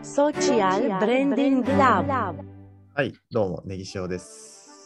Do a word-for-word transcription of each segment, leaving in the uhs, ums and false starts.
Social Branding Lab。 はい、どうも、ネギ塩です。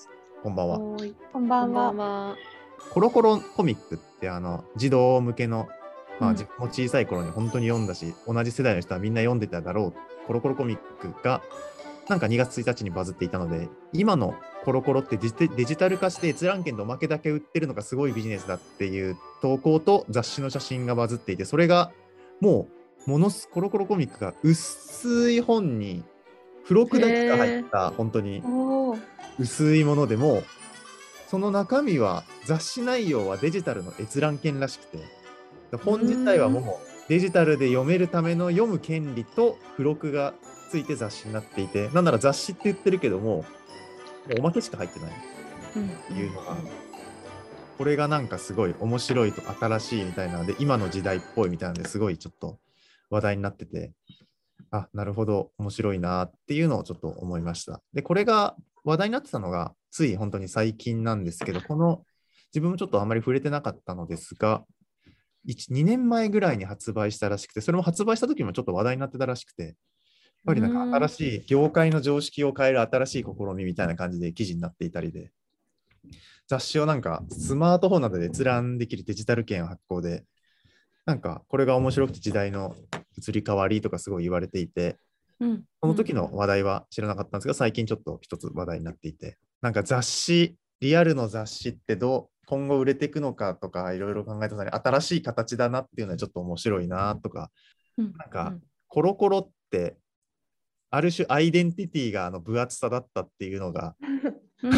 こんばんは。 こんばんは。 コロコロコミックってあの児童向けの、まあ、 うん自分も小さい頃に本当に読んだし、同じ世代の人はみんな読んでただろう。コロコロコミックがなんかにがつついたちにバズっていたので、今のコロコロってデジデジタル化して閲覧券のおまけだけ売ってるのがすごいビジネスだっていう投稿と雑誌の写真がバズっていて、それがもうものすコロコロコミックが薄い本に付録だけが入った本当に薄いものでも、その中身は雑誌内容はデジタルの閲覧券らしくて、本自体はもうデジタルで読めるための読む権利と付録がついて雑誌になっていて、なんなら雑誌って言ってるけども、もうおまけしか入ってないっていうのが、これがなんかすごい面白いと新しいみたいなので、今の時代っぽいみたいなのですごいちょっと話題になってて、あ、なるほど、面白いなっていうのをちょっと思いました。で、これが話題になってたのが、つい本当に最近なんですけど、この自分もちょっとあまり触れてなかったのですが、いち、にねんまえぐらいに発売したらしくて、それも発売した時もちょっと話題になってたらしくて、やっぱりなんか新しい業界の常識を変える新しい試みみたいな感じで記事になっていたりで、雑誌をなんかスマートフォンなどで閲覧できるデジタル券を発行で、なんかこれが面白くて時代の移り変わりとかすごい言われていて、 うん、 その時の話題は知らなかったんですが、最近ちょっと一つ話題になっていて、なんか雑誌、リアルの雑誌ってどう今後売れていくのかとかいろいろ考えた際に新しい形だなっていうのはちょっと面白いなとか、 うん、 なんかコロコロってある種アイデンティティがあの分厚さだったっていうのが、 うん、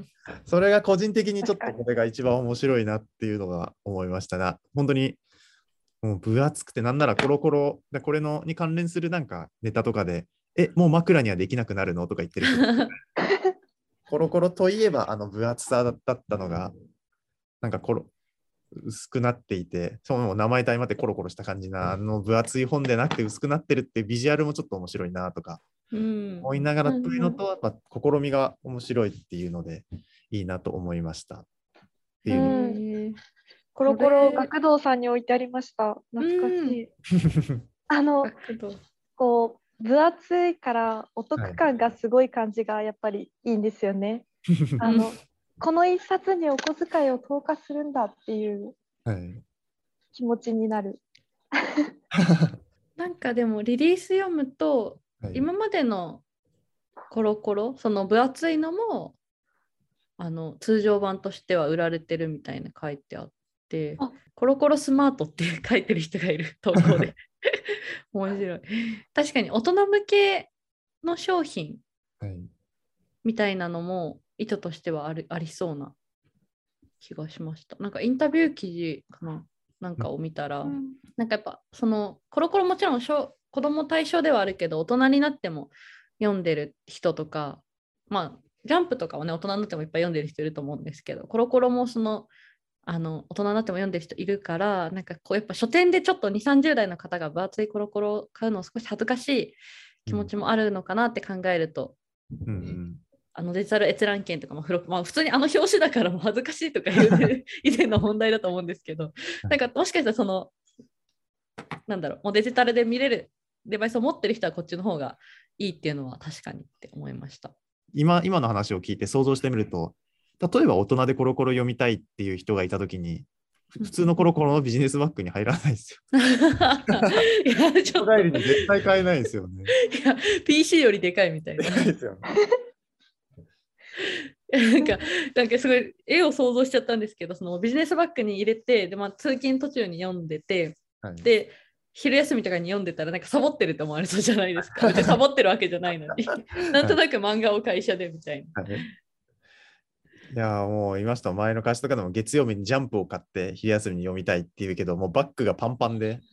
それが個人的にちょっとこれが一番面白いなっていうのが思いましたが、本当にもう分厚くて、なんならコロコロ、これのに関連するなんかネタとかで、え、もう枕にはできなくなるのとか言ってる人コロコロといえばあの分厚さだったのが、なんかコロ薄くなっていて、その名前と相まってコロコロした感じな、あの分厚い本でなくて薄くなってるってビジュアルもちょっと面白いなとか、 うん、 思いながらというのと、まあ、試みが面白いっていうので、いいなと思いました。っていうの、 うん、 コロコロ学童さんに置いてありました。懐かしい。あの、こう、分厚いからお得感がすごい感じがやっぱりいいんですよね。はい、あのこの一冊にお小遣いを投下するんだっていう気持ちになる。 はい、なんかでもリリース読むと、はい、今までのコロコロ、その分厚いのもあの通常版としては売られてるみたいな書いてあって、コロコロスマートって書いてる人がいる投稿で面白い。確かに大人向けの商品みたいなのも意図としてはある、ありそうな気がしました。なんかインタビュー記事かななんかを見たら、うん、なんかやっぱそのコロコロもちろん子供対象ではあるけど、大人になっても読んでる人とか、まあジャンプとかはね大人になってもいっぱい読んでる人いると思うんですけど、コロコロもそのあの大人になっても読んでる人いるから、なんかこうやっぱ書店でちょっとにじゅう、さんじゅう代の方が分厚いコロコロ買うの少し恥ずかしい気持ちもあるのかなって考えると、うんうん、あのデジタル閲覧券とかも付録、まあ、普通にあの表紙だからもう恥ずかしいとかいう以前の問題だと思うんですけど、なんかもしかしたらそのなんだろう、もうデジタルで見れるデバイスを持ってる人はこっちの方がいいっていうのは確かにって思いました。 今、今の話を聞いて想像してみると、例えば大人でコロコロ読みたいっていう人がいたときに、普通のコロコロのビジネスバッグに入らないですよ。いや、ちょっと帰りに絶対買えないですよね。 いや、ピーシー よりでかいみたいな。ですよね。なんか、なんかすごい絵を想像しちゃったんですけど、そのビジネスバッグに入れて、でまあ、通勤途中に読んでて、はい、で昼休みとかに読んでたらなんかサボってると思われそうじゃないですか。サボってるわけじゃないのになんとなく漫画を会社でみたいな。はい、 いやもう言いました。前の会社とかでも月曜日にジャンプを買って昼休みに読みたいっていうけど、もうバッグがパンパンで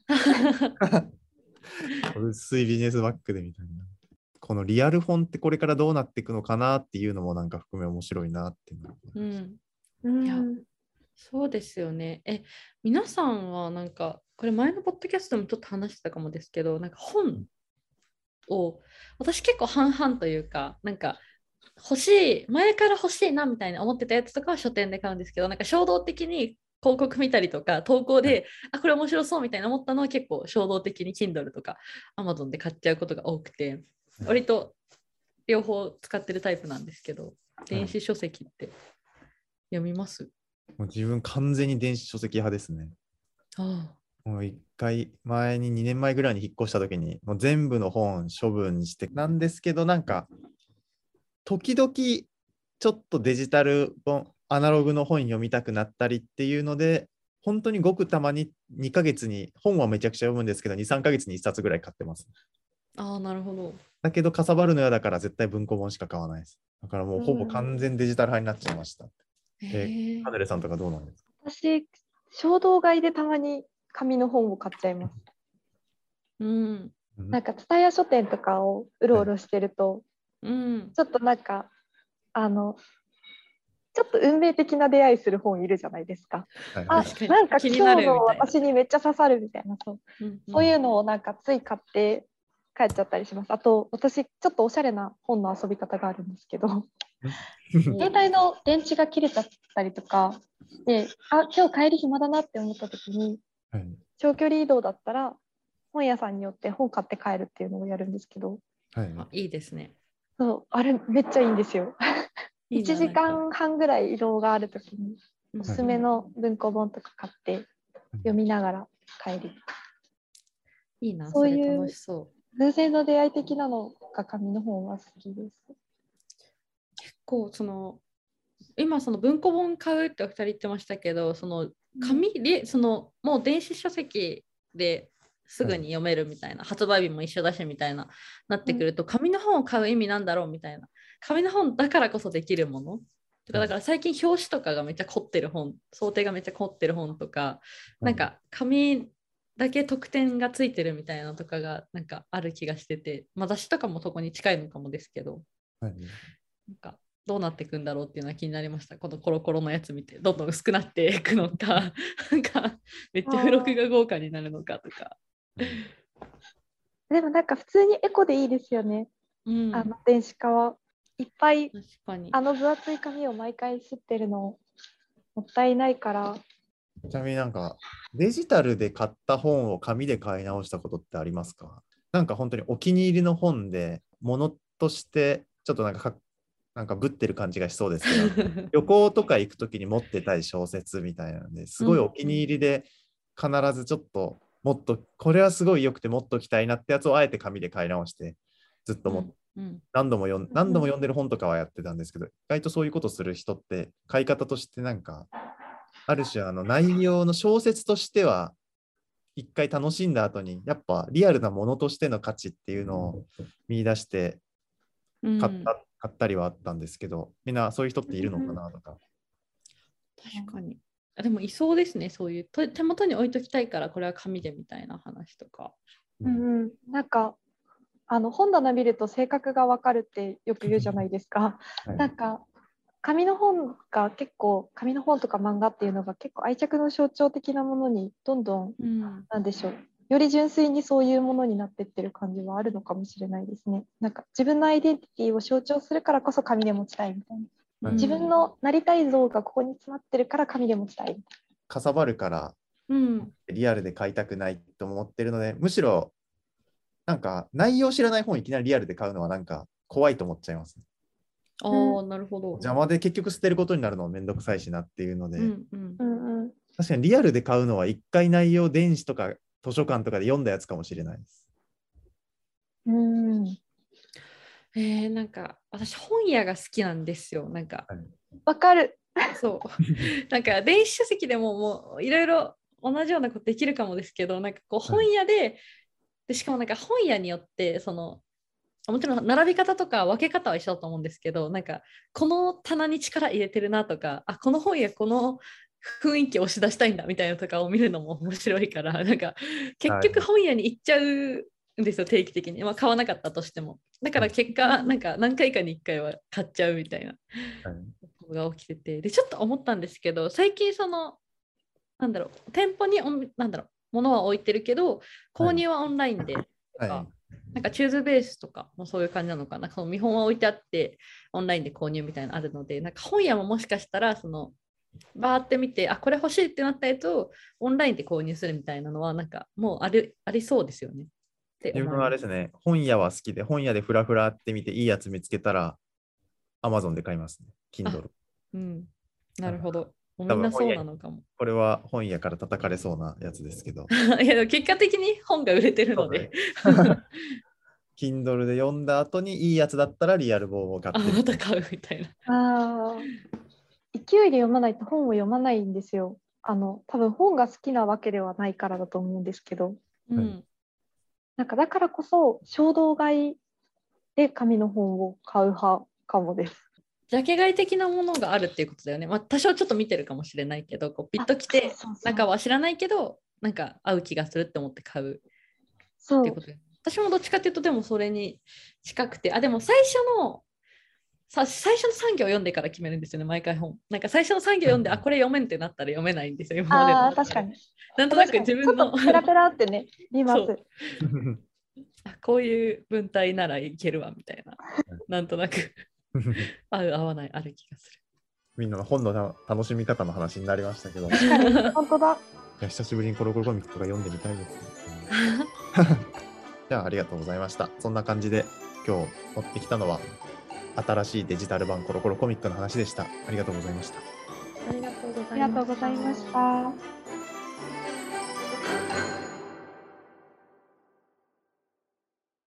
薄いビジネスバッグでみたいな。このリアル本ってこれからどうなっていくのかなっていうのもなんか含め面白いなっていうの、 うんうん、いやそうですよね。え皆さんはなんかこれ前のポッドキャストでもちょっと話してたかもですけど、なんか本を私結構半々というか、なんか欲しい前から欲しいなみたいな思ってたやつとかは書店で買うんですけど、なんか衝動的に広告見たりとか投稿で、あ、これ面白そうみたいな思ったのは結構衝動的に Kindle とか Amazon で買っちゃうことが多くて、割と両方使ってるタイプなんですけど、電子書籍って読みます？ もう自分完全に電子書籍派ですね。 ああ、 もう一回前ににねんまえぐらいに引っ越した時にもう全部の本処分してなんですけど、なんか時々ちょっとデジタル本アナログの本読みたくなったりっていうので、本当にごくたまににかげつに本はめちゃくちゃ読むんですけど、に、さんかげつにいっさつぐらい買ってます。 ああ、なるほど。 だけどかさばるの嫌だから絶対文庫本しか買わないです。だからもうほぼ完全デジタル派になっちゃいました。え、カヌレさんとかどうなんですか？ 私、衝動買いでたまに紙の本を買っちゃいます。 うん。 なんか蔦屋書店とかをうろうろしてると、 うん、 ちょっとなんかあのちょっと運命的な出会いする本いるじゃないですか。 はい、 あ、なんか今日の私にめっちゃ刺さるみたいな、そう、うんうん、そういうのをなんかつい買って帰っちゃったりします。あと私ちょっとおしゃれな本の遊び方があるんですけど携帯の電池が切れちゃったりとかで、あ、今日帰り暇だなって思った時に、はい、長距離移動だったら本屋さんによって本買って帰るっていうのをやるんですけど、 はい、あ、いいですね。 そう、あれめっちゃいいんですよいちじかんはんぐらい移動があるときにおすすめの文庫本とか買って読みながら帰り、 いいな、そういう楽しそう。 偶然の出会い的なのが紙の本は好きです。 結構その今その文庫本買うってお二人言ってましたけど、その紙で、うん、そのもう電子書籍ですぐに読めるみたいな、はい、発売日も一緒だしみたいななってくると、紙の本を買う意味なんだろうみたいな、紙の本だからこそできるものとか、だから最近表紙とかがめっちゃ凝ってる本、想定がめっちゃ凝ってる本とか、なんか紙だけ特典がついてるみたいなとかがなんかある気がしてて、まあ、雑誌とかもそこに近いのかもですけど、はい、なんかどうなっていくんだろうっていうのは気になりました。このコロコロのやつ見てどんどん薄くなっていくのかなんかめっちゃ付録が豪華になるのかとかでもなんか普通にエコでいいですよね、うん、あの電子化はいっぱい確かにあの分厚い紙を毎回刷ってるのもったいないから。 ちなみになんかデジタルで買った本を紙で買い直したことってありますか？なんか本当にお気に入りの本で物としてちょっとなんかかなんかぶってる感じがしそうですけど旅行とか行くときに持ってたい小説みたいなのですごいお気に入りで必ずちょっともっとこれはすごい良くてもっときたいなってやつをあえて紙で買い直してずっとも、うんうん、何度も読ん何度も読んでる本とかはやってたんですけど、意外とそういうことする人って買い方としてなんかある種あの内容の小説としては一回楽しんだ後にやっぱリアルなものとしての価値っていうのを見出して買った、うん、買ったりはあったんですけど、みんなそういう人っているのかなとか。 確かに。でもいそうですね、そういう手元に置いときたいからこれは紙でみたいな話とか。 うんうん、なんかあの本棚見ると性格が分かるってよく言うじゃないですか。はい、なんか紙の本が結構紙の本とか漫画っていうのが結構愛着の象徴的なものにどんどん、うん、なんでしょう、より純粋にそういうものになってってる感じはあるのかもしれないですね。なんか自分のアイデンティティを象徴するからこそ紙で持ちたいみたいな、はい、自分のなりたい像がここに詰まってるから紙で持ちたいみたいな。 かさばるから、うん、リアルで買いたくないと思ってるので、むしろなんか内容知らない本いきなりリアルで買うのはなんか怖いと思っちゃいますね。 ああ、なるほど。 邪魔で結局捨てることになるのはめんどくさいしなっていうので、うんうん、 確かにリアルで買うのは一回内容電子とか図書館とかで読んだやつかもしれないです。 うん、 えー、なんか私本屋が好きなんですよ。なんかわかる。 そうなんか電子書籍でももういろいろ同じようなことできるかもですけど、なんかこう本屋で、はい、でしかもなんか本屋によってそのもちろん並び方とか分け方は一緒だと思うんですけど、なんかこの棚に力入れてるなとか、あこの本屋この雰囲気を押し出したいんだみたいなとかを見るのも面白いから、なんか結局本屋に行っちゃうんですよ、定期的に、まあ、買わなかったとしても。だから結果なんか何回かにいっかいは買っちゃうみたいなことが起きてて、でちょっと思ったんですけど、最近そのなんだろう店舗になんだろう物は置いてるけど購入はオンラインでとか、はいはい、なんかチューズベースとかもそういう感じなのかな、その見本は置いてあってオンラインで購入みたいなのあるので、なんか本屋ももしかしたらそのバーって見て、あ、これ欲しいってなったやつをオンラインで購入するみたいなのは、なんかもうあり、ありそうですよね。 自分はあれですね、本屋は好きで、本屋でフラフラって見て、いいやつ見つけたら、Amazon で買いますね、Kindle。 うん、なるほど。み多分んなそうなのかも。 これは本屋から叩かれそうなやつですけど。 いや、でも結果的に本が売れてるので。 Kindle で読んだ後にいいやつだったらリアル本を買ってあ、また買うみたいな。 ああ、勢いで読まないと本を読まないんですよ。あの多分本が好きなわけではないからだと思うんですけど、 うんはいなんかだからこそ衝動買いで紙の本を買う派かもです。 ジャケ買い的なものがあるっていうことだよね。まあ、多少ちょっと見てるかもしれないけど、こうピッと来て、中は知らないけど、なんか合う気がするって思って買うっていうことで。私もどっちかっていうと、でもそれに近くて、あ、でも最初の、さ最初のさん行読んでから決めるんですよね、毎回本。なんか最初のさん行読んで、あ、これ読めんってなったら読めないんですよ、今までの。 ああ、確かに。 なんとなく自分の。 ちょっとペラペラってね、見ます。 あ、こういう文体ならいけるわみたいな。なんとなく合う合わないある気がする。 みんなの本の楽しみ方の話になりましたけど。 本当だ。いや久しぶりにコロコロコミックとか読んでみたいですね。じゃあありがとうございました。そんな感じで今日持ってきたのは新しいデジタル版コロコロコミックの話でした。ありがとうございました。 ありがとうございました。 ありがとうございました。